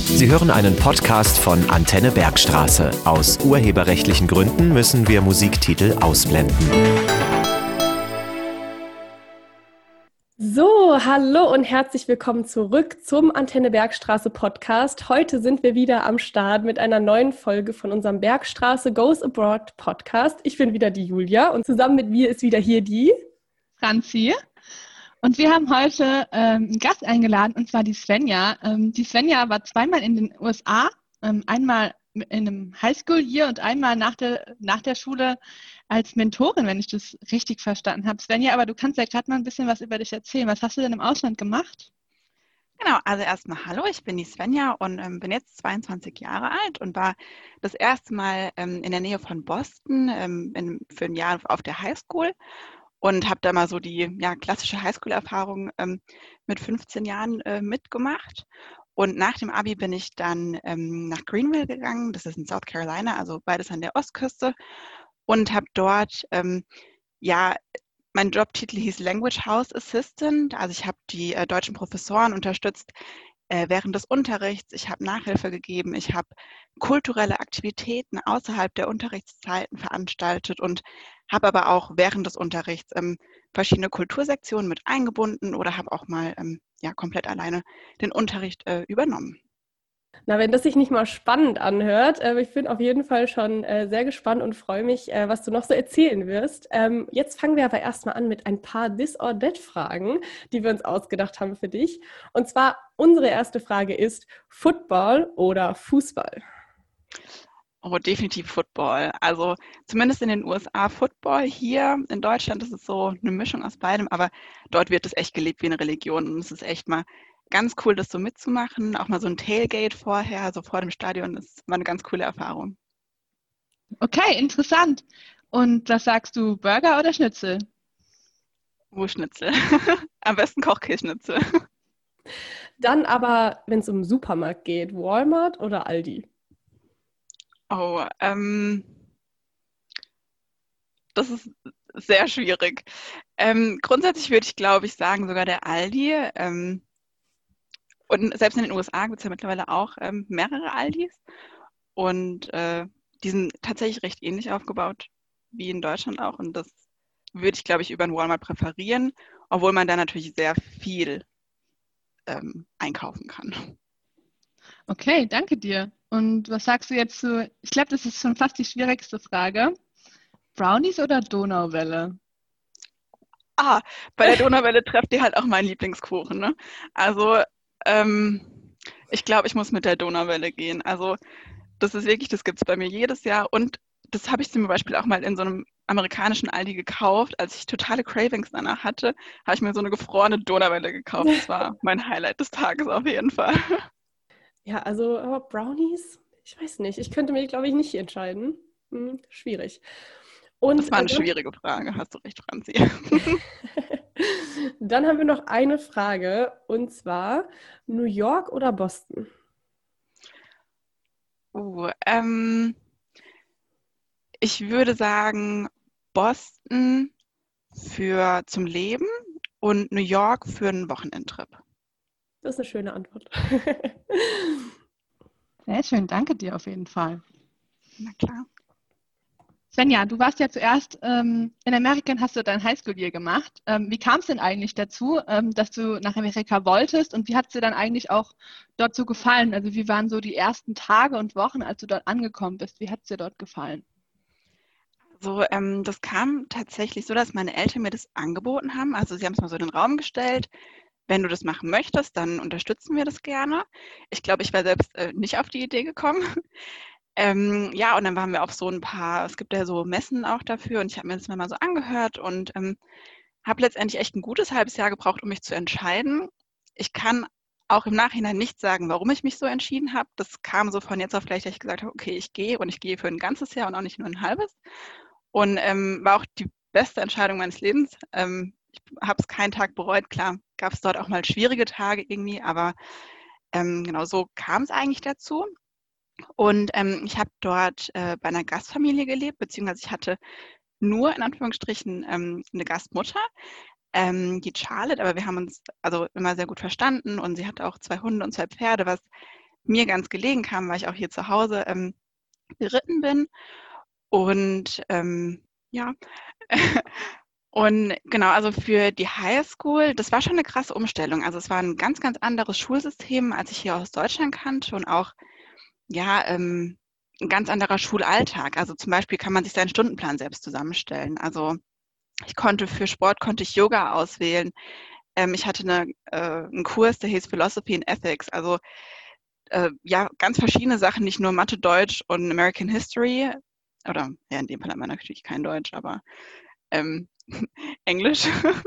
Sie hören einen Podcast von Antenne Bergstraße. Aus urheberrechtlichen Gründen müssen wir Musiktitel ausblenden. So, hallo und herzlich willkommen zurück zum Antenne Bergstraße Podcast. Heute sind wir wieder am Start mit einer neuen Folge von unserem Bergstraße Goes Abroad Podcast. Ich bin wieder die Julia und zusammen mit mir ist wieder hier die Franzi. Und wir haben heute einen Gast eingeladen, und zwar die Svenja. Die Svenja war zweimal in den USA, einmal in einem Highschool-Year und einmal nach der Schule als Mentorin, wenn ich das richtig verstanden habe. Svenja, aber du kannst ja gerade mal ein bisschen was über dich erzählen. Was hast du denn im Ausland gemacht? Genau, also erstmal hallo, ich bin die Svenja und bin jetzt 22 Jahre alt und war das erste Mal in der Nähe von Boston für ein Jahr auf der Highschool. Und habe da mal so die klassische Highschool-Erfahrung mit 15 Jahren mitgemacht. Und nach dem Abi bin ich dann nach Greenville gegangen. Das ist in South Carolina, also beides an der Ostküste. Und habe dort, mein Jobtitel hieß Language House Assistant. Also ich habe die deutschen Professoren unterstützt während des Unterrichts. Ich habe Nachhilfe gegeben. Ich habe kulturelle Aktivitäten außerhalb der Unterrichtszeiten veranstaltet und habe aber auch während des Unterrichts verschiedene Kultursektionen mit eingebunden oder habe auch mal komplett alleine den Unterricht übernommen. Na, wenn das sich nicht mal spannend anhört, ich bin auf jeden Fall schon sehr gespannt und freue mich, was du noch so erzählen wirst. Jetzt fangen wir aber erstmal an mit ein paar This or That-Fragen, die wir uns ausgedacht haben für dich. Und zwar, unsere erste Frage ist, Football oder Fußball? Oh, definitiv Football. Also zumindest in den USA Football. Hier in Deutschland ist es so eine Mischung aus beidem, aber dort wird es echt gelebt wie eine Religion und es ist echt mal ganz cool, das so mitzumachen. Auch mal so ein Tailgate vorher, also vor dem Stadion, das war eine ganz coole Erfahrung. Okay, interessant. Und was sagst du, Burger oder Schnitzel? Schnitzel. Am besten Kochkäseschnitzel. Dann aber, wenn es um den Supermarkt geht, Walmart oder Aldi? Oh, das ist sehr schwierig. Grundsätzlich würde ich, glaube ich, sagen, sogar der Aldi. Und selbst in den USA gibt es ja mittlerweile auch mehrere Aldis. Und die sind tatsächlich recht ähnlich aufgebaut wie in Deutschland auch. Und das würde ich, glaube ich, über einen Walmart präferieren, obwohl man da natürlich sehr viel einkaufen kann. Okay, danke dir. Und was sagst du jetzt zu, ich glaube, das ist schon fast die schwierigste Frage. Brownies oder Donauwelle? Bei der Donauwelle trefft ihr halt auch meinen Lieblingskuchen, ne? Also ich glaube, ich muss mit der Donauwelle gehen. Also das ist wirklich, das gibt es bei mir jedes Jahr. Und das habe ich zum Beispiel auch mal in so einem amerikanischen Aldi gekauft. Als ich totale Cravings danach hatte, habe ich mir so eine gefrorene Donauwelle gekauft. Das war mein Highlight des Tages auf jeden Fall. Ja, also aber Brownies, ich weiß nicht. Ich könnte mich, glaube ich, nicht entscheiden. Schwierig. Und, das war eine schwierige Frage, hast du recht, Franzi. Dann haben wir noch eine Frage, und zwar New York oder Boston? Ich würde sagen Boston zum Leben und New York für einen Wochenendtrip. Das ist eine schöne Antwort. Sehr schön, danke dir auf jeden Fall. Na klar. Svenja, du warst ja zuerst in Amerika und hast du dein Highschool-Year gemacht. Wie kam es denn eigentlich dazu, dass du nach Amerika wolltest und wie hat es dir dann eigentlich auch dort so gefallen? Also wie waren so die ersten Tage und Wochen, als du dort angekommen bist? Wie hat es dir dort gefallen? Also das kam tatsächlich so, dass meine Eltern mir das angeboten haben. Also sie haben es mal so in den Raum gestellt. Wenn du das machen möchtest, dann unterstützen wir das gerne. Ich glaube, ich wäre selbst nicht auf die Idee gekommen. Und dann waren wir auf so ein paar, es gibt ja so Messen auch dafür und ich habe mir das mal so angehört und habe letztendlich echt ein gutes halbes Jahr gebraucht, um mich zu entscheiden. Ich kann auch im Nachhinein nicht sagen, warum ich mich so entschieden habe. Das kam so von jetzt auf gleich, dass ich gesagt habe, okay, ich gehe und ich gehe für ein ganzes Jahr und auch nicht nur ein halbes. Und war auch die beste Entscheidung meines Lebens. Ich habe es keinen Tag bereut. Klar, gab es dort auch mal schwierige Tage irgendwie, aber genau so kam es eigentlich dazu. Und ich habe dort bei einer Gastfamilie gelebt, beziehungsweise ich hatte nur in Anführungsstrichen eine Gastmutter, die Charlotte, aber wir haben uns also immer sehr gut verstanden und sie hatte auch 2 Hunde und 2 Pferde, was mir ganz gelegen kam, weil ich auch hier zu Hause geritten bin. Und ja, und genau, also für die Highschool, das war schon eine krasse Umstellung. Also es war ein ganz, ganz anderes Schulsystem, als ich hier aus Deutschland kannte und auch ja, ein ganz anderer Schulalltag. Also zum Beispiel kann man sich seinen Stundenplan selbst zusammenstellen. Also für Sport konnte ich Yoga auswählen. Ich hatte einen Kurs, der hieß Philosophy and Ethics. Also ja, ganz verschiedene Sachen, nicht nur Mathe, Deutsch und American History. Oder ja, in dem Fall hat man natürlich kein Deutsch, aber ähm, Englisch.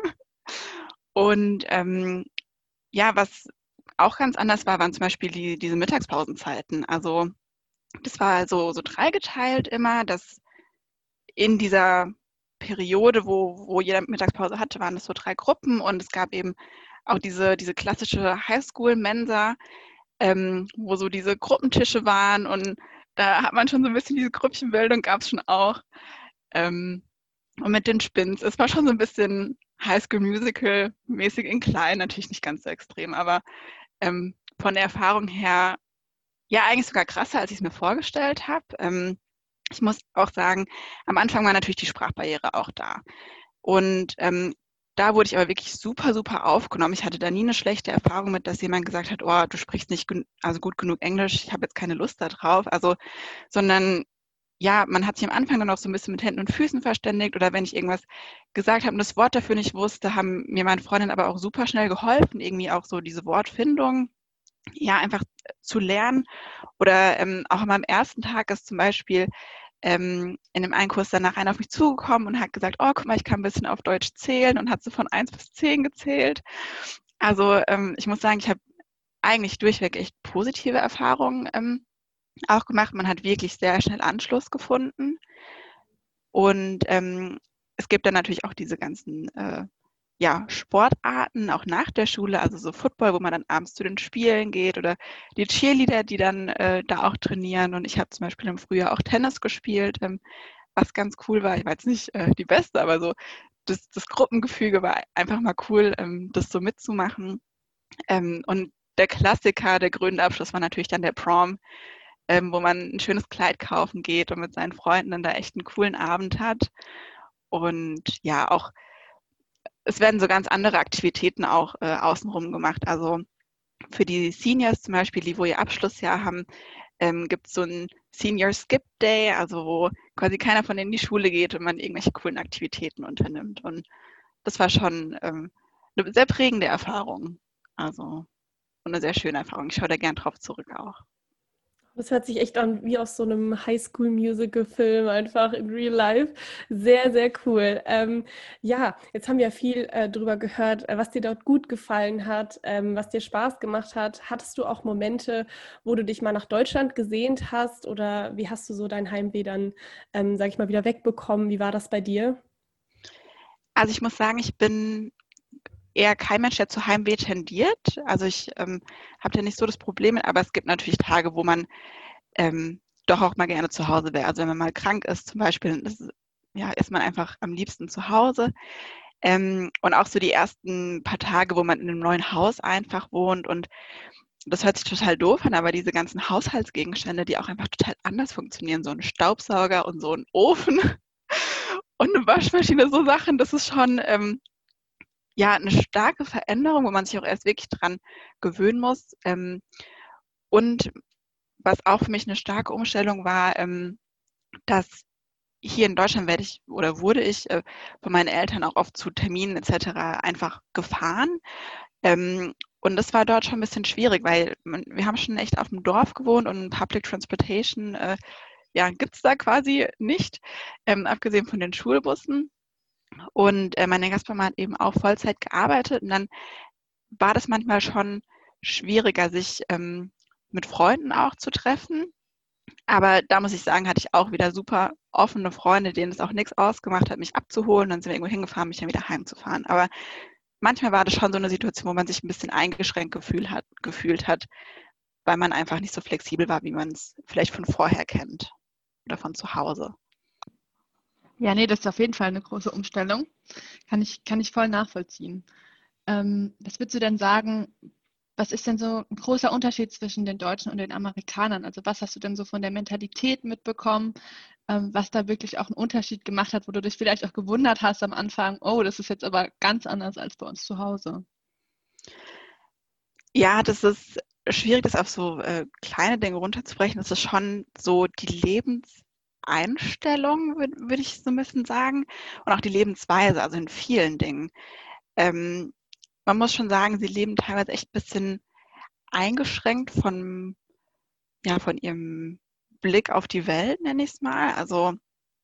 Und ja, was auch ganz anders war, waren zum Beispiel diese Mittagspausenzeiten. Also das war so dreigeteilt immer, dass in dieser Periode, wo jeder Mittagspause hatte, waren es so 3 Gruppen und es gab eben auch diese klassische Highschool-Mensa, wo so diese Gruppentische waren und da hat man schon so ein bisschen diese Grüppchenbildung gab es schon auch. Und mit den Spins, es war schon so ein bisschen Highschool-Musical-mäßig in klein, natürlich nicht ganz so extrem, aber von der Erfahrung her ja eigentlich sogar krasser, als ich es mir vorgestellt habe. Ich muss auch sagen, am Anfang war natürlich die Sprachbarriere auch da. Und da wurde ich aber wirklich super, super aufgenommen. Ich hatte da nie eine schlechte Erfahrung mit, dass jemand gesagt hat, oh, du sprichst nicht gut genug Englisch, ich habe jetzt keine Lust da drauf. Also, sondern ja, man hat sich am Anfang dann auch so ein bisschen mit Händen und Füßen verständigt oder wenn ich irgendwas gesagt habe und das Wort dafür nicht wusste, haben mir meine Freundin aber auch super schnell geholfen, irgendwie auch so diese Wortfindung, ja, einfach zu lernen. Oder auch an meinem ersten Tag ist zum Beispiel in dem einen Kurs danach einer auf mich zugekommen und hat gesagt, oh, guck mal, ich kann ein bisschen auf Deutsch zählen und hat so von 1 bis 10 gezählt. Also ich muss sagen, ich habe eigentlich durchweg echt positive Erfahrungen auch gemacht. Man hat wirklich sehr schnell Anschluss gefunden. Und es gibt dann natürlich auch diese ganzen ja, Sportarten, auch nach der Schule, also so Football, wo man dann abends zu den Spielen geht oder die Cheerleader, die dann da auch trainieren. Und ich habe zum Beispiel im Frühjahr auch Tennis gespielt, was ganz cool war. Ich war jetzt nicht die Beste, aber so das Gruppengefüge war einfach mal cool, das so mitzumachen. Und der Klassiker, der grüne Abschluss war natürlich dann der Prom, wo man ein schönes Kleid kaufen geht und mit seinen Freunden dann da echt einen coolen Abend hat. Und ja, auch es werden so ganz andere Aktivitäten auch außenrum gemacht. Also für die Seniors zum Beispiel, die wo ihr Abschlussjahr haben, gibt es so einen Senior Skip Day, also wo quasi keiner von denen in die Schule geht und man irgendwelche coolen Aktivitäten unternimmt. Und das war schon eine sehr prägende Erfahrung. Also und eine sehr schöne Erfahrung. Ich schaue da gern drauf zurück auch. Das hört sich echt an wie aus so einem Highschool-Musical-Film, einfach in Real Life. Sehr, sehr cool. Ja, jetzt haben wir ja viel drüber gehört, was dir dort gut gefallen hat, was dir Spaß gemacht hat. Hattest du auch Momente, wo du dich mal nach Deutschland gesehnt hast oder wie hast du so dein Heimweh dann, sag ich mal, wieder wegbekommen? Wie war das bei dir? Also ich muss sagen, ich bin eher kein Mensch, der zu Heimweh tendiert. Also ich habe da nicht so das Problem mit, aber es gibt natürlich Tage, wo man doch auch mal gerne zu Hause wäre. Also wenn man mal krank ist zum Beispiel, ist man einfach am liebsten zu Hause. Und auch so die ersten paar Tage, wo man in einem neuen Haus einfach wohnt und das hört sich total doof an, aber diese ganzen Haushaltsgegenstände, die auch einfach total anders funktionieren, so ein Staubsauger und so ein Ofen und eine Waschmaschine, so Sachen, das ist schon ja, eine starke Veränderung, wo man sich auch erst wirklich dran gewöhnen muss. Und was auch für mich eine starke Umstellung war, dass hier in Deutschland wurde ich von meinen Eltern auch oft zu Terminen etc. einfach gefahren. Und das war dort schon ein bisschen schwierig, weil wir haben schon echt auf dem Dorf gewohnt und Public Transportation ja, gibt es da quasi nicht, abgesehen von den Schulbussen. Und meine Gastmama hat eben auch Vollzeit gearbeitet und dann war das manchmal schon schwieriger, sich mit Freunden auch zu treffen. Aber da muss ich sagen, hatte ich auch wieder super offene Freunde, denen es auch nichts ausgemacht hat, mich abzuholen. Dann sind wir irgendwo hingefahren, mich dann wieder heimzufahren. Aber manchmal war das schon so eine Situation, wo man sich ein bisschen eingeschränkt gefühlt hat, weil man einfach nicht so flexibel war, wie man es vielleicht von vorher kennt oder von zu Hause. Ja, nee, das ist auf jeden Fall eine große Umstellung. Kann ich voll nachvollziehen. Was würdest du denn sagen, Was ist denn so ein großer Unterschied zwischen den Deutschen und den Amerikanern? Also was hast du denn so von der Mentalität mitbekommen, was da wirklich auch einen Unterschied gemacht hat, wo du dich vielleicht auch gewundert hast am Anfang, oh, das ist jetzt aber ganz anders als bei uns zu Hause. Ja, das ist schwierig, das auf so kleine Dinge runterzubrechen. Das ist schon so die Lebenseinstellung, würd ich so ein bisschen sagen, und auch die Lebensweise, also in vielen Dingen. Ähm, Man muss schon sagen, sie leben teilweise echt ein bisschen eingeschränkt von ihrem Blick auf die Welt, nenne ich es mal. Also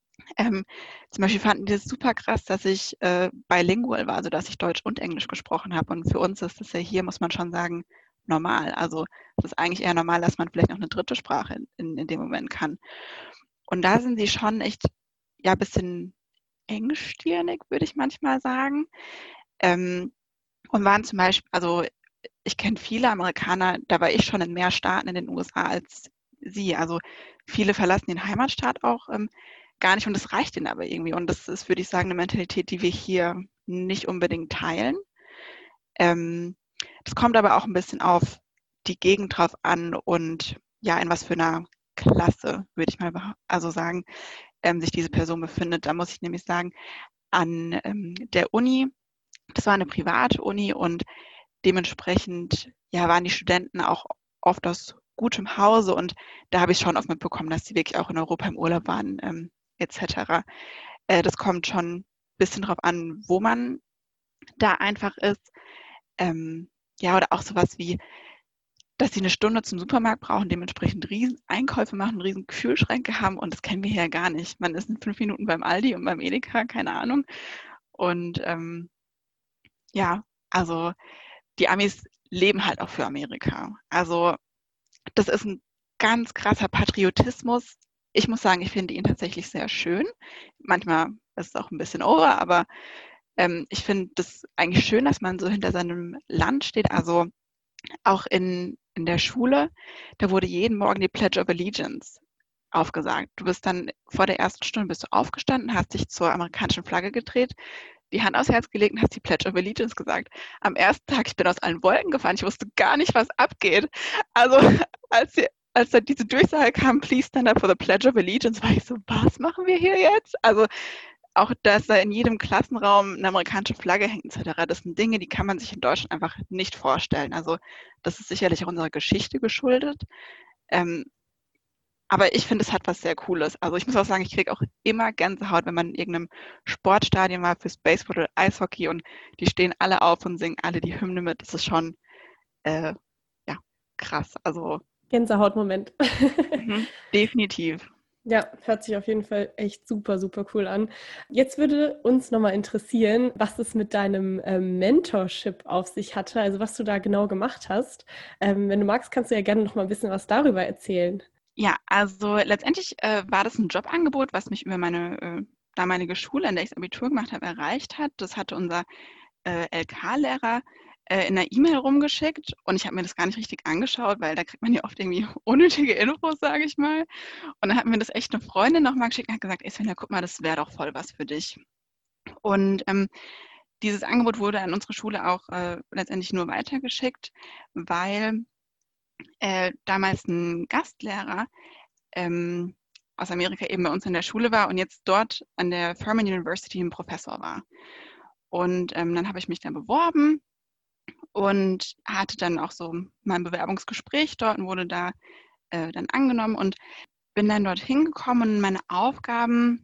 zum Beispiel fanden die es super krass, dass ich bilingual war, also dass ich Deutsch und Englisch gesprochen habe. Und für uns ist das ja hier, muss man schon sagen, normal. Also es ist eigentlich eher normal, dass man vielleicht noch eine dritte Sprache in dem Moment kann. Und da sind sie schon echt, ja, ein bisschen engstirnig, würde ich manchmal sagen. Ähm, und waren zum Beispiel, also ich kenne viele Amerikaner, da war ich schon in mehr Staaten in den USA als sie. Also viele verlassen den Heimatstaat auch gar nicht und das reicht ihnen aber irgendwie. Und das ist, würde ich sagen, eine Mentalität, die wir hier nicht unbedingt teilen. Ähm, Das kommt aber auch ein bisschen auf die Gegend drauf an und ja, in was für einer Klasse, würde ich mal also sagen, sich diese Person befindet. Da muss ich nämlich sagen, an der Uni, das war eine private Uni und dementsprechend ja, waren die Studenten auch oft aus gutem Hause und da habe ich schon oft mitbekommen, dass die wirklich auch in Europa im Urlaub waren, etc. Das kommt schon ein bisschen drauf an, wo man da einfach ist. Ja, oder auch sowas wie, dass sie eine Stunde zum Supermarkt brauchen, dementsprechend riesen Einkäufe machen, riesen Kühlschränke haben und das kennen wir hier gar nicht. Man ist in 5 Minuten beim Aldi und beim Edeka, keine Ahnung. Und ja, also die Amis leben halt auch für Amerika. Also das ist ein ganz krasser Patriotismus. Ich muss sagen, ich finde ihn tatsächlich sehr schön. Manchmal ist es auch ein bisschen over, aber ich finde das eigentlich schön, dass man so hinter seinem Land steht. Also auch in der Schule, da wurde jeden Morgen die Pledge of Allegiance aufgesagt. Du bist dann vor der ersten Stunde bist du aufgestanden, hast dich zur amerikanischen Flagge gedreht, die Hand aufs Herz gelegt und hast die Pledge of Allegiance gesagt. Am ersten Tag, ich bin aus allen Wolken gefahren, ich wusste gar nicht, was abgeht. Also als da diese Durchsage kam, please stand up for the Pledge of Allegiance, war ich so, was machen wir hier jetzt? Also auch, dass da in jedem Klassenraum eine amerikanische Flagge hängt etc., das sind Dinge, die kann man sich in Deutschland einfach nicht vorstellen. Also das ist sicherlich auch unserer Geschichte geschuldet. Ähm, aber ich finde, es hat was sehr Cooles. Also ich muss auch sagen, ich kriege auch immer Gänsehaut, wenn man in irgendeinem Sportstadion war fürs Baseball oder Eishockey und die stehen alle auf und singen alle die Hymne mit. Das ist schon ja, krass. Also Gänsehautmoment. definitiv. Ja, hört sich auf jeden Fall echt super, super cool an. Jetzt würde uns nochmal interessieren, was es mit deinem Mentorship auf sich hatte, also was du da genau gemacht hast. Wenn du magst, kannst du ja gerne noch mal ein bisschen was darüber erzählen. Ja, also letztendlich war das ein Jobangebot, was mich über meine damalige Schule, in der ich das Abitur gemacht habe, erreicht hat. Das hatte unser LK-Lehrer in einer E-Mail rumgeschickt und ich habe mir das gar nicht richtig angeschaut, weil da kriegt man ja oft irgendwie unnötige Infos, sage ich mal. Und dann hat mir das echt eine Freundin nochmal geschickt und hat gesagt, ey Svenja, guck mal, das wäre doch voll was für dich. Und dieses Angebot wurde an unsere Schule auch letztendlich nur weitergeschickt, weil damals ein Gastlehrer aus Amerika eben bei uns in der Schule war und jetzt dort an der Furman University ein Professor war. Und dann habe ich mich dann beworben und hatte dann auch so mein Bewerbungsgespräch dort und wurde da dann angenommen und bin dann dorthin gekommen und meine Aufgaben,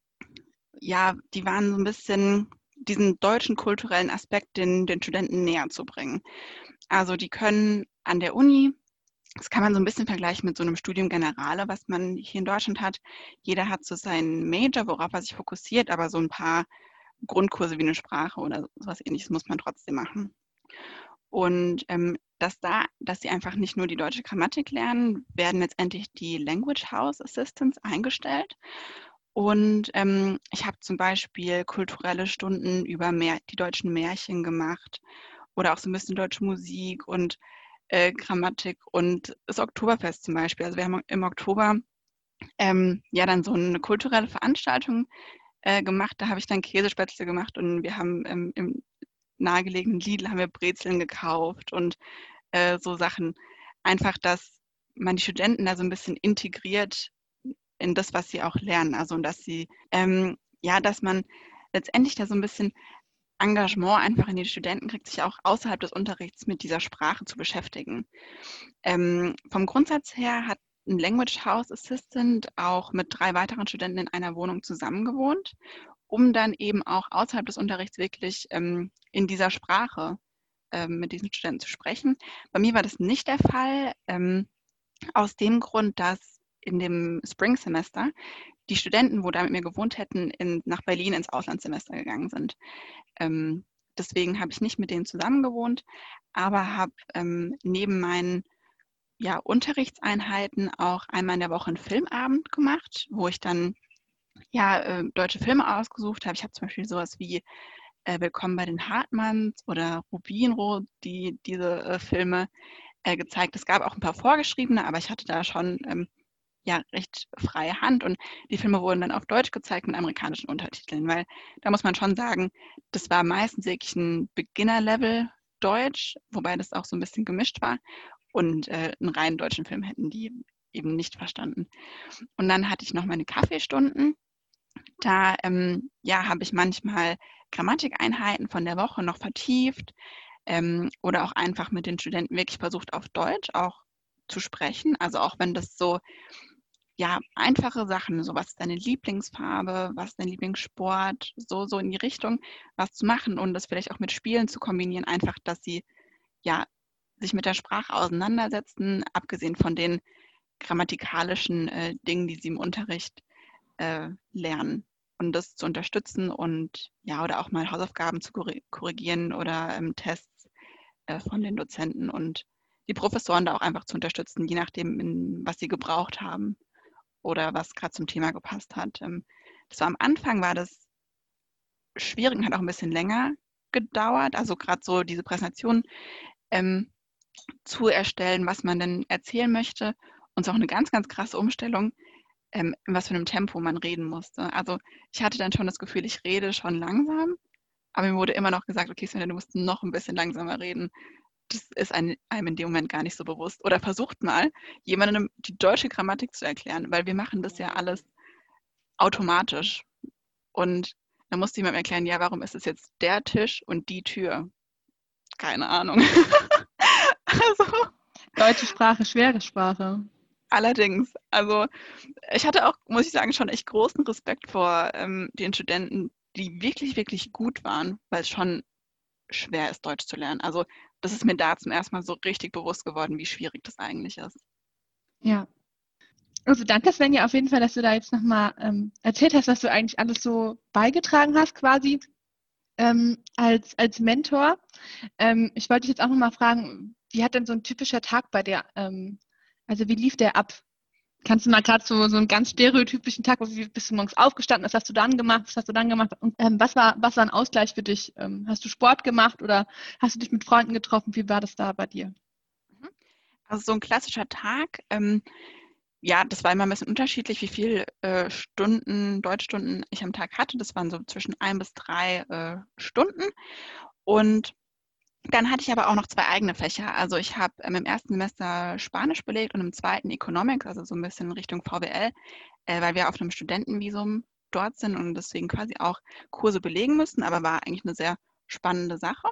ja, die waren so ein bisschen diesen deutschen kulturellen Aspekt den Studenten näher zu bringen. Also die können an der Uni, das kann man so ein bisschen vergleichen mit so einem Studium Generale, was man hier in Deutschland hat. Jeder hat so seinen Major, worauf er sich fokussiert, aber so ein paar Grundkurse wie eine Sprache oder sowas Ähnliches muss man trotzdem machen. Und dass sie einfach nicht nur die deutsche Grammatik lernen, werden letztendlich die Language House Assistants eingestellt. Und ich habe zum Beispiel kulturelle Stunden über die deutschen Märchen gemacht oder auch so ein bisschen deutsche Musik und Grammatik und das Oktoberfest zum Beispiel. Also wir haben im Oktober ja dann so eine kulturelle Veranstaltung gemacht. Da habe ich dann Käsespätzle gemacht und wir haben im nahegelegenen Lidl haben wir Brezeln gekauft und so Sachen. Einfach, dass man die Studenten da so ein bisschen integriert in das, was sie auch lernen. Also, dass sie, dass man letztendlich da so ein bisschen Engagement einfach in die Studenten kriegt, sich auch außerhalb des Unterrichts mit dieser Sprache zu beschäftigen. Vom Grundsatz her hat ein Language House Assistant auch mit 3 weiteren Studenten in einer Wohnung zusammengewohnt, um dann eben auch außerhalb des Unterrichts wirklich in dieser Sprache mit diesen Studenten zu sprechen. Bei mir war das nicht der Fall, aus dem Grund, dass in dem Spring-Semester die Studenten, wo da mit mir gewohnt hätten, nach Berlin ins Auslandssemester gegangen sind. Deswegen habe ich nicht mit denen zusammen gewohnt, aber habe neben meinen Unterrichtseinheiten auch einmal in der Woche einen Filmabend gemacht, wo ich dann deutsche Filme ausgesucht habe. Ich habe zum Beispiel sowas wie Willkommen bei den Hartmanns oder Rubinrot, diese Filme gezeigt. Es gab auch ein paar vorgeschriebene, aber ich hatte da schon recht freie Hand und die Filme wurden dann auf Deutsch gezeigt mit amerikanischen Untertiteln, weil da muss man schon sagen, das war meistens wirklich ein Beginner-Level Deutsch, wobei das auch so ein bisschen gemischt war und einen rein deutschen Film hätten die eben nicht verstanden. Und dann hatte ich noch meine Kaffeestunden. Da habe ich manchmal Grammatikeinheiten von der Woche noch vertieft oder auch einfach mit den Studenten wirklich versucht, auf Deutsch auch zu sprechen. Also auch wenn das so einfache Sachen, so was ist deine Lieblingsfarbe, was ist dein Lieblingssport, so in die Richtung was zu machen und das vielleicht auch mit Spielen zu kombinieren, einfach, dass sie sich mit der Sprache auseinandersetzen, abgesehen von den grammatikalischen Dingen, die sie im Unterricht lernen und das zu unterstützen und oder auch mal Hausaufgaben zu korrigieren oder Tests von den Dozenten und die Professoren da auch einfach zu unterstützen, je nachdem, was sie gebraucht haben oder was gerade zum Thema gepasst hat. Das war am Anfang war das schwierig und hat auch ein bisschen länger gedauert, also gerade so diese Präsentation zu erstellen, was man denn erzählen möchte und es ist auch eine ganz, ganz krasse Umstellung, in was für einem Tempo man reden musste. Also ich hatte dann schon das Gefühl, ich rede schon langsam, aber mir wurde immer noch gesagt, okay, Svenja, du musst noch ein bisschen langsamer reden. Das ist einem in dem Moment gar nicht so bewusst. Oder versucht mal, jemandem die deutsche Grammatik zu erklären, weil wir machen das ja alles automatisch. Und dann musste jemand erklären, warum ist es jetzt der Tisch und die Tür? Keine Ahnung. Also, deutsche Sprache, schwere Sprache. Allerdings, also ich hatte auch, muss ich sagen, schon echt großen Respekt vor den Studenten, die wirklich, wirklich gut waren, weil es schon schwer ist, Deutsch zu lernen. Also das ist mir da zum ersten Mal so richtig bewusst geworden, wie schwierig das eigentlich ist. Ja. Also danke, Svenja, auf jeden Fall, dass du da jetzt nochmal erzählt hast, was du eigentlich alles so beigetragen hast, quasi als Mentor. Ich wollte dich jetzt auch nochmal fragen, wie hat denn so ein typischer Tag bei dir, also wie lief der ab? Kannst du mal gerade so einen ganz stereotypischen Tag, wie bist du morgens aufgestanden, was hast du dann gemacht, und was war ein Ausgleich für dich? Hast du Sport gemacht oder hast du dich mit Freunden getroffen? Wie war das da bei dir? Also so ein klassischer Tag, das war immer ein bisschen unterschiedlich, wie viele Deutschstunden ich am Tag hatte. Das waren so zwischen 1 bis 3 Stunden und dann hatte ich aber auch noch 2 eigene Fächer. Also ich habe im ersten Semester Spanisch belegt und im zweiten Economics, also so ein bisschen in Richtung VWL, weil wir auf einem Studentenvisum dort sind und deswegen quasi auch Kurse belegen müssen, aber war eigentlich eine sehr spannende Sache.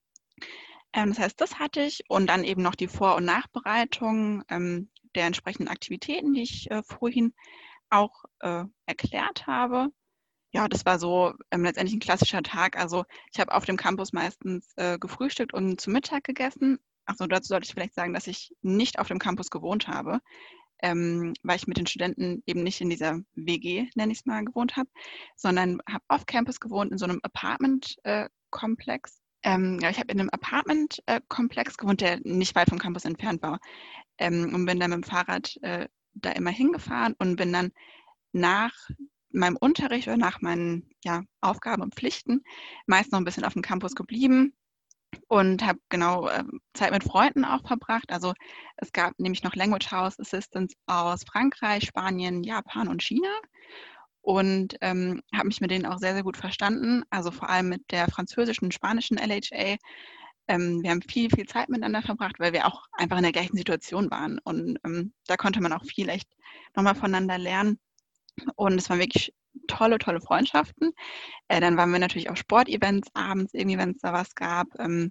Das heißt, das hatte ich und dann eben noch die Vor- und Nachbereitung der entsprechenden Aktivitäten, die ich vorhin auch erklärt habe. Ja, das war so letztendlich ein klassischer Tag. Also ich habe auf dem Campus meistens gefrühstückt und zu Mittag gegessen. Achso, dazu sollte ich vielleicht sagen, dass ich nicht auf dem Campus gewohnt habe, weil ich mit den Studenten eben nicht in dieser WG, nenne ich es mal, gewohnt habe, sondern habe off-Campus gewohnt in so einem Apartment-Komplex. Ich habe in einem Apartment-Komplex gewohnt, der nicht weit vom Campus entfernt war und bin dann mit dem Fahrrad da immer hingefahren und bin dann nach meinem Unterricht oder nach meinen Aufgaben und Pflichten meist noch ein bisschen auf dem Campus geblieben und habe Zeit mit Freunden auch verbracht. Also es gab nämlich noch Language House Assistants aus Frankreich, Spanien, Japan und China und habe mich mit denen auch sehr, sehr gut verstanden. Also vor allem mit der französischen und spanischen LHA Wir haben viel, viel Zeit miteinander verbracht, weil wir auch einfach in der gleichen Situation waren. Und da konnte man auch viel echt nochmal voneinander lernen. Und es waren wirklich tolle, tolle Freundschaften. Dann waren wir natürlich auf Sportevents abends, irgendwie, wenn es da was gab.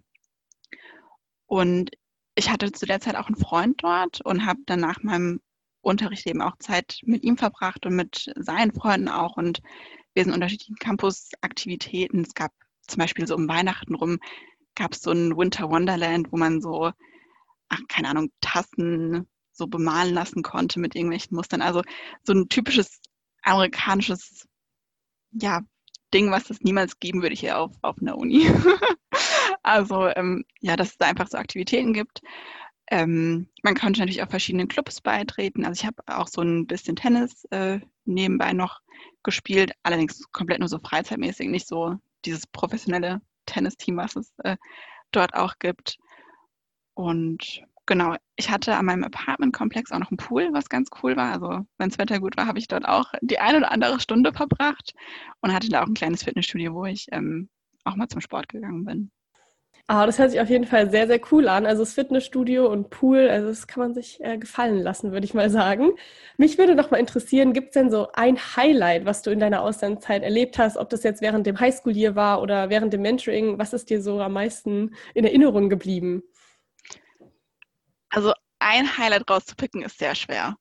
Und ich hatte zu der Zeit auch einen Freund dort und habe dann nach meinem Unterricht eben auch Zeit mit ihm verbracht und mit seinen Freunden auch. Und wir sind unterschiedlichen Campus-Aktivitäten. Es gab zum Beispiel so um Weihnachten rum, gab es so ein Winter Wonderland, wo man so, keine Ahnung, Tassen so bemalen lassen konnte mit irgendwelchen Mustern. Also so ein typisches amerikanisches, ja, Ding, was es niemals geben würde hier auf einer Uni. Also, dass es da einfach so Aktivitäten gibt. Man konnte natürlich auch verschiedenen Clubs beitreten. Also ich habe auch so ein bisschen Tennis nebenbei noch gespielt, allerdings komplett nur so freizeitmäßig, nicht so dieses professionelle Tennisteam, was es dort auch gibt. Und genau, ich hatte an meinem Apartmentkomplex auch noch einen Pool, was ganz cool war. Also wenn das Wetter gut war, habe ich dort auch die eine oder andere Stunde verbracht und hatte da auch ein kleines Fitnessstudio, wo ich auch mal zum Sport gegangen bin. Das hört sich auf jeden Fall sehr, sehr cool an. Also das Fitnessstudio und Pool, also das kann man sich gefallen lassen, würde ich mal sagen. Mich würde noch mal interessieren, gibt es denn so ein Highlight, was du in deiner Auslandszeit erlebt hast, ob das jetzt während dem Highschool-Year war oder während dem Mentoring? Was ist dir so am meisten in Erinnerung geblieben? Also ein Highlight rauszupicken ist sehr schwer.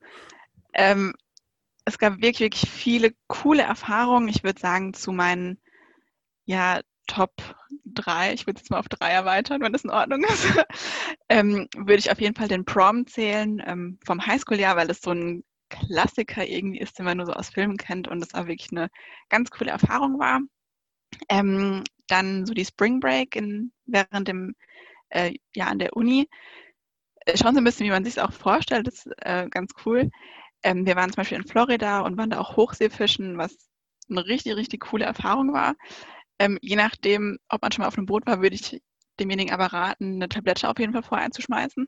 Es gab wirklich, wirklich viele coole Erfahrungen. Ich würde sagen, zu meinen Top 3, ich würde jetzt mal auf 3 erweitern, wenn das in Ordnung ist, würde ich auf jeden Fall den Prom zählen vom Highschool-Jahr, weil das so ein Klassiker irgendwie ist, den man nur so aus Filmen kennt und das auch wirklich eine ganz coole Erfahrung war. Dann so die Spring Break während dem Jahr an der Uni. Schauen Sie ein bisschen, wie man sich es auch vorstellt, das ist ganz cool. Wir waren zum Beispiel in Florida und waren da auch Hochseefischen, was eine richtig, richtig coole Erfahrung war. Je nachdem, ob man schon mal auf einem Boot war, würde ich demjenigen aber raten, eine Tablette auf jeden Fall vorher einzuschmeißen.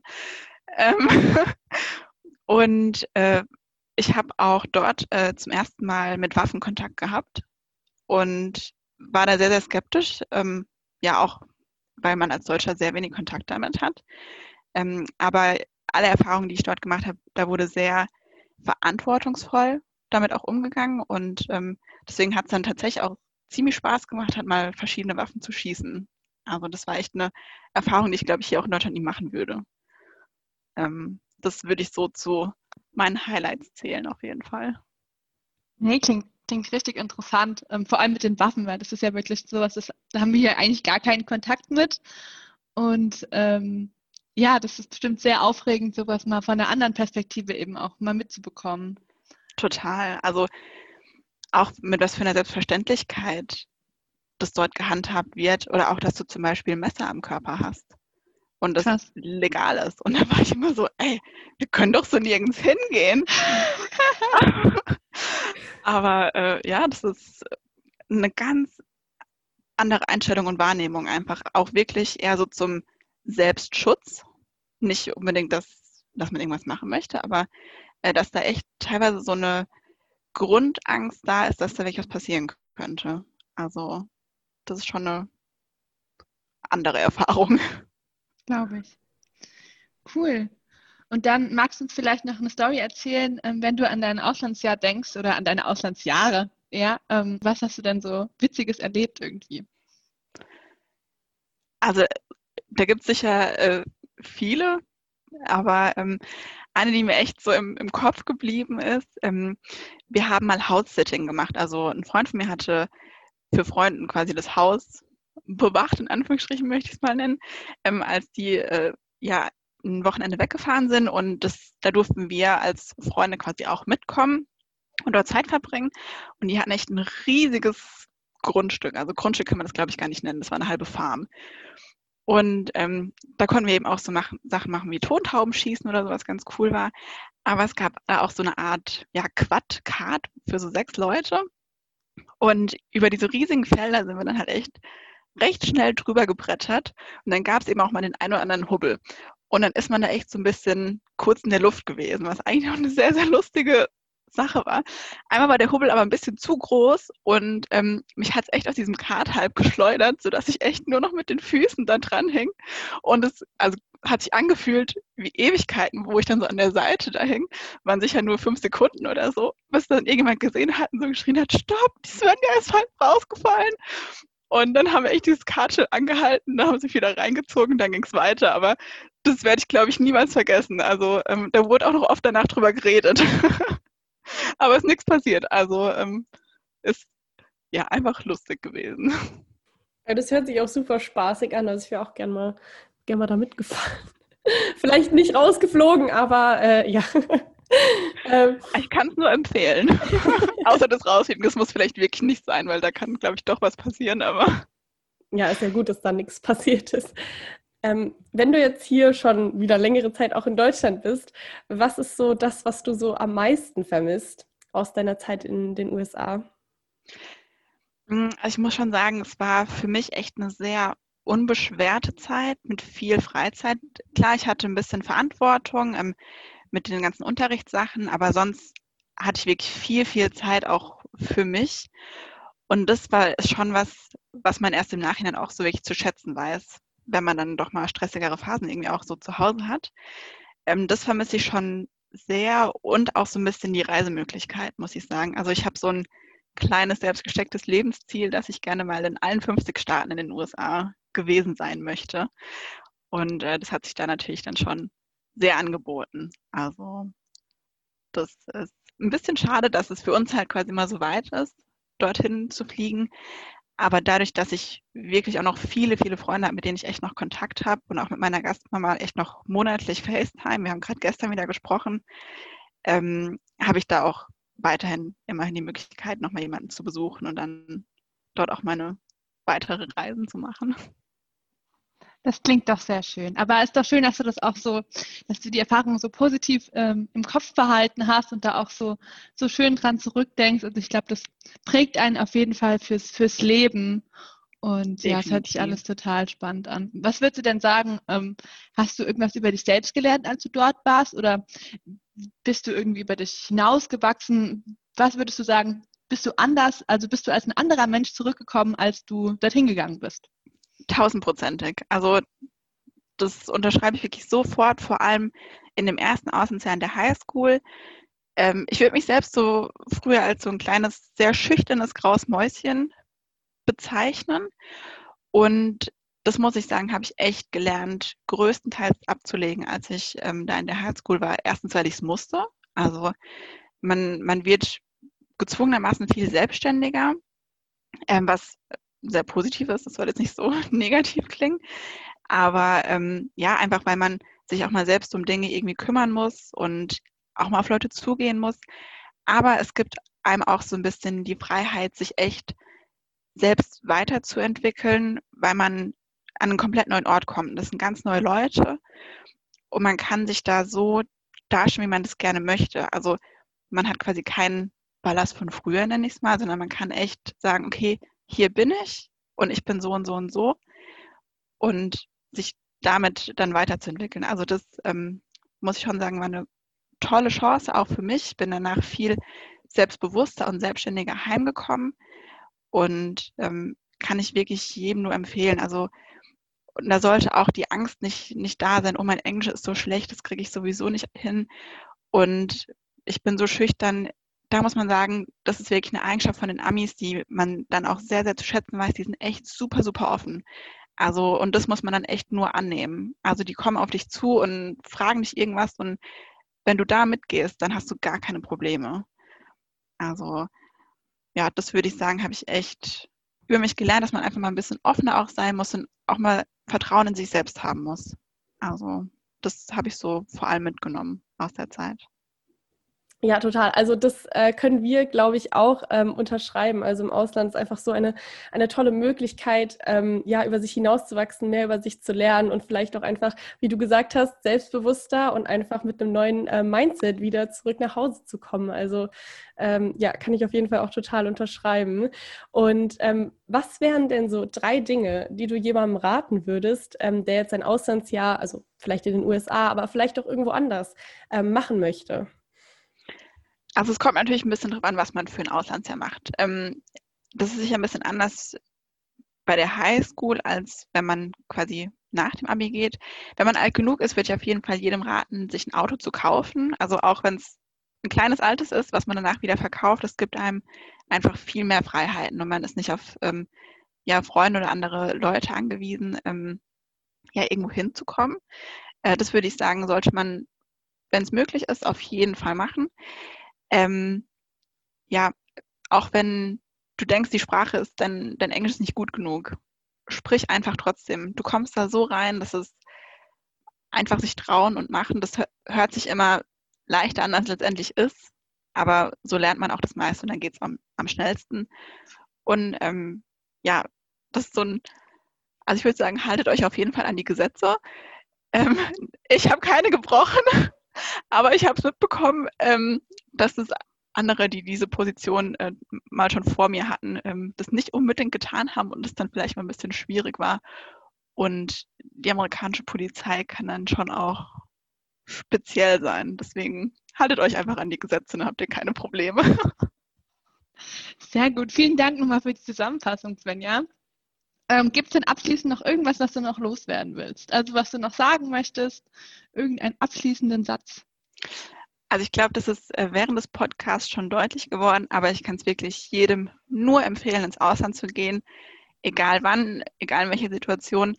Und ich habe auch dort zum ersten Mal mit Waffen Kontakt gehabt und war da sehr, sehr skeptisch. Auch, weil man als Deutscher sehr wenig Kontakt damit hat. Aber alle Erfahrungen, die ich dort gemacht habe, da wurde sehr verantwortungsvoll damit auch umgegangen und deswegen hat es dann tatsächlich auch ziemlich Spaß gemacht hat, mal verschiedene Waffen zu schießen. Also das war echt eine Erfahrung, die ich, glaube ich, hier auch in Deutschland nie machen würde. Das würde ich so zu meinen Highlights zählen, auf jeden Fall. Nee, klingt richtig interessant. Vor allem mit den Waffen, weil das ist ja wirklich sowas, da haben wir ja eigentlich gar keinen Kontakt mit. Und das ist bestimmt sehr aufregend, sowas mal von einer anderen Perspektive eben auch mal mitzubekommen. Total. Also auch mit was für einer Selbstverständlichkeit das dort gehandhabt wird oder auch, dass du zum Beispiel ein Messer am Körper hast und das Krass. legal ist. Und da war ich immer so, wir können doch so nirgends hingehen. Aber das ist eine ganz andere Einstellung und Wahrnehmung einfach. Auch wirklich eher so zum Selbstschutz. Nicht unbedingt, dass man irgendwas machen möchte, aber dass da echt teilweise so eine Grundangst da ist, dass da wirklich was passieren könnte. Also das ist schon eine andere Erfahrung. Glaube ich. Cool. Und dann magst du uns vielleicht noch eine Story erzählen, wenn du an dein Auslandsjahr denkst oder an deine Auslandsjahre. Ja, was hast du denn so Witziges erlebt irgendwie? Also da gibt es sicher viele, aber eine, die mir echt so im Kopf geblieben ist, wir haben mal House-Sitting gemacht. Also ein Freund von mir hatte für Freunden quasi das Haus bewacht, in Anführungsstrichen möchte ich es mal nennen, als die ein Wochenende weggefahren sind und da durften wir als Freunde quasi auch mitkommen und dort Zeit verbringen. Und die hatten echt ein riesiges Grundstück. Also Grundstück kann man das, glaube ich, gar nicht nennen. Das war eine halbe Farm. Und da konnten wir eben auch so Sachen machen wie Tontauben schießen oder so, was ganz cool war. Aber es gab da auch so eine Art Quad-Kart für so 6 Leute. Und über diese riesigen Felder sind wir dann halt echt recht schnell drüber gebrettert. Und dann gab es eben auch mal den einen oder anderen Hubbel. Und dann ist man da echt so ein bisschen kurz in der Luft gewesen, was eigentlich auch eine sehr, sehr lustige Sache war. Einmal war der Hubbel aber ein bisschen zu groß und mich hat es echt aus diesem Kart halb geschleudert, sodass ich echt nur noch mit den Füßen da dran hing. Und es hat sich angefühlt wie Ewigkeiten, wo ich dann so an der Seite da hing. Waren sicher nur 5 Sekunden oder so, bis dann irgendjemand gesehen hat und so geschrien hat, stopp, die Svenja ist halb rausgefallen. Und dann haben wir echt dieses Kart angehalten, da haben sie wieder reingezogen, dann ging es weiter. Aber das werde ich, glaube ich, niemals vergessen. Also da wurde auch noch oft danach drüber geredet. Aber es ist nichts passiert. Also ist ja einfach lustig gewesen. Ja, das hört sich auch super spaßig an. Also ich wäre auch gern mal da mitgefahren. Vielleicht nicht rausgeflogen, aber ja. Ich kann es nur empfehlen. Außer das Rausheben, das muss vielleicht wirklich nicht sein, weil da kann, glaube ich, doch was passieren. Aber ja, ist ja gut, dass da nichts passiert ist. Wenn du jetzt hier schon wieder längere Zeit auch in Deutschland bist, was ist so das, was du so am meisten vermisst aus deiner Zeit in den USA? also ich muss schon sagen, es war für mich echt eine sehr unbeschwerte Zeit mit viel Freizeit. Klar, ich hatte ein bisschen Verantwortung mit den ganzen Unterrichtssachen, aber sonst hatte ich wirklich viel, viel Zeit auch für mich. Und das ist schon was man erst im Nachhinein auch so wirklich zu schätzen weiß, wenn man dann doch mal stressigere Phasen irgendwie auch so zu Hause hat. Das vermisse ich schon sehr und auch so ein bisschen die Reisemöglichkeit, muss ich sagen. Also ich habe so ein kleines, selbstgestecktes Lebensziel, dass ich gerne mal in allen 50 Staaten in den USA gewesen sein möchte. Und das hat sich da natürlich dann schon sehr angeboten. Also das ist ein bisschen schade, dass es für uns halt quasi immer so weit ist, dorthin zu fliegen. Aber dadurch, dass ich wirklich auch noch viele, viele Freunde habe, mit denen ich echt noch Kontakt habe und auch mit meiner Gastmama echt noch monatlich FaceTime, wir haben gerade gestern wieder gesprochen, habe ich da auch weiterhin immerhin die Möglichkeit, nochmal jemanden zu besuchen und dann dort auch meine weitere Reisen zu machen. Das klingt doch sehr schön. Aber es ist doch schön, dass du das auch so, dass du die Erfahrung so positiv im Kopf behalten hast und da auch so schön dran zurückdenkst. Und ich glaube, das prägt einen auf jeden Fall fürs Leben. Und ja, es hört sich alles total spannend an. Was würdest du denn sagen? Hast du irgendwas über dich selbst gelernt, als du dort warst? Oder bist du irgendwie über dich hinausgewachsen? Was würdest du sagen? Bist du anders? Also bist du als ein anderer Mensch zurückgekommen, als du dorthin gegangen bist? 1000%ig. Also das unterschreibe ich wirklich sofort, vor allem in dem ersten Auslandsjahr in der Highschool. Ich würde mich selbst so früher als so ein kleines, sehr schüchternes graues Mäuschen bezeichnen. Und das muss ich sagen, habe ich echt gelernt, größtenteils abzulegen, als ich da in der Highschool war. Erstens, weil ich es musste. Also man wird gezwungenermaßen viel selbstständiger, was sehr positiv ist. Das soll jetzt nicht so negativ klingen. Aber ja, einfach weil man sich auch mal selbst um Dinge irgendwie kümmern muss und auch mal auf Leute zugehen muss. Aber es gibt einem auch so ein bisschen die Freiheit, sich echt selbst weiterzuentwickeln, weil man an einen komplett neuen Ort kommt. Das sind ganz neue Leute und man kann sich da so darstellen, wie man das gerne möchte. Also man hat quasi keinen Ballast von früher, nenne ich es mal, sondern man kann echt sagen, okay, hier bin ich und ich bin so und so und so und sich damit dann weiterzuentwickeln. Also das muss ich schon sagen, war eine tolle Chance auch für mich. Ich bin danach viel selbstbewusster und selbstständiger heimgekommen und kann ich wirklich jedem nur empfehlen. Also und da sollte auch die Angst nicht da sein, oh, mein Englisch ist so schlecht, das kriege ich sowieso nicht hin und ich bin so schüchtern. Da muss man sagen, das ist wirklich eine Eigenschaft von den Amis, die man dann auch sehr, sehr zu schätzen weiß. Die sind echt super, super offen. Also, und das muss man dann echt nur annehmen. Also, die kommen auf dich zu und fragen dich irgendwas und wenn du da mitgehst, dann hast du gar keine Probleme. Also, ja, das würde ich sagen, habe ich echt über mich gelernt, dass man einfach mal ein bisschen offener auch sein muss und auch mal Vertrauen in sich selbst haben muss. Also, das habe ich so vor allem mitgenommen aus der Zeit. Ja, total. Also das können wir, glaube ich, auch unterschreiben. Also im Ausland ist einfach so eine tolle Möglichkeit, ja, über sich hinauszuwachsen, mehr über sich zu lernen und vielleicht auch einfach, wie du gesagt hast, selbstbewusster und einfach mit einem neuen Mindset wieder zurück nach Hause zu kommen. Also ja, kann ich auf jeden Fall auch total unterschreiben. Und was wären denn so 3 Dinge, die du jemandem raten würdest, der jetzt ein Auslandsjahr, also vielleicht in den USA, aber vielleicht auch irgendwo anders machen möchte? Also es kommt natürlich ein bisschen drauf an, was man für ein Auslandsjahr macht. Das ist sicher ein bisschen anders bei der Highschool, als wenn man quasi nach dem Abi geht. Wenn man alt genug ist, würde ich auf jeden Fall jedem raten, sich ein Auto zu kaufen. Also auch wenn es ein kleines altes ist, was man danach wieder verkauft, es gibt einem einfach viel mehr Freiheiten und man ist nicht auf Freunde oder andere Leute angewiesen, irgendwo hinzukommen. Das würde ich sagen, sollte man, wenn es möglich ist, auf jeden Fall machen. Auch wenn du denkst, die Sprache ist, dein Englisch ist nicht gut genug. Sprich einfach trotzdem. Du kommst da so rein, dass es einfach sich trauen und machen. Das hört sich immer leichter an, als es letztendlich ist. Aber so lernt man auch das meiste und dann geht es am schnellsten. Und das ist so also ich würde sagen, haltet euch auf jeden Fall an die Gesetze. Ich habe keine gebrochen, aber ich habe es mitbekommen, dass es andere, die diese Position mal schon vor mir hatten, das nicht unbedingt getan haben und es dann vielleicht mal ein bisschen schwierig war. Und die amerikanische Polizei kann dann schon auch speziell sein. Deswegen haltet euch einfach an die Gesetze, dann habt ihr keine Probleme. Sehr gut. Vielen Dank nochmal für die Zusammenfassung, Svenja. Gibt es denn abschließend noch irgendwas, was du noch loswerden willst? Also was du noch sagen möchtest? Irgendeinen abschließenden Satz? Also ich glaube, das ist während des Podcasts schon deutlich geworden, aber ich kann es wirklich jedem nur empfehlen, ins Ausland zu gehen, egal wann, egal in welcher Situation.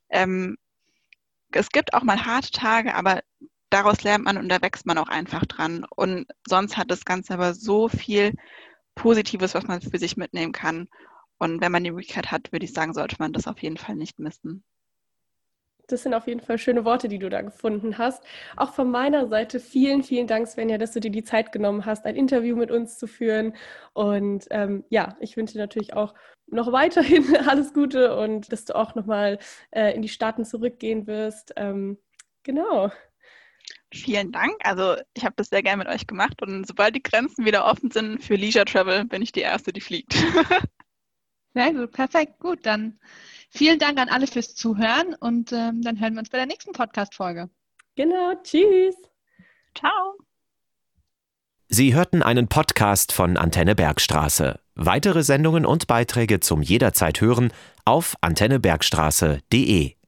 Es gibt auch mal harte Tage, aber daraus lernt man und da wächst man auch einfach dran. Und sonst hat das Ganze aber so viel Positives, was man für sich mitnehmen kann. Und wenn man die Möglichkeit hat, würde ich sagen, sollte man das auf jeden Fall nicht missen. Das sind auf jeden Fall schöne Worte, die du da gefunden hast. Auch von meiner Seite vielen, vielen Dank, Svenja, dass du dir die Zeit genommen hast, ein Interview mit uns zu führen. Und ich wünsche dir natürlich auch noch weiterhin alles Gute und dass du auch nochmal in die Staaten zurückgehen wirst. Genau. Vielen Dank. Also ich habe das sehr gerne mit euch gemacht und sobald die Grenzen wieder offen sind für Leisure Travel, bin ich die Erste, die fliegt. Sehr gut, perfekt. Gut, dann vielen Dank an alle fürs Zuhören und dann hören wir uns bei der nächsten Podcast-Folge. Genau, tschüss. Ciao. Sie hörten einen Podcast von Antenne Bergstraße. Weitere Sendungen und Beiträge zum jederzeit hören auf antennebergstraße.de.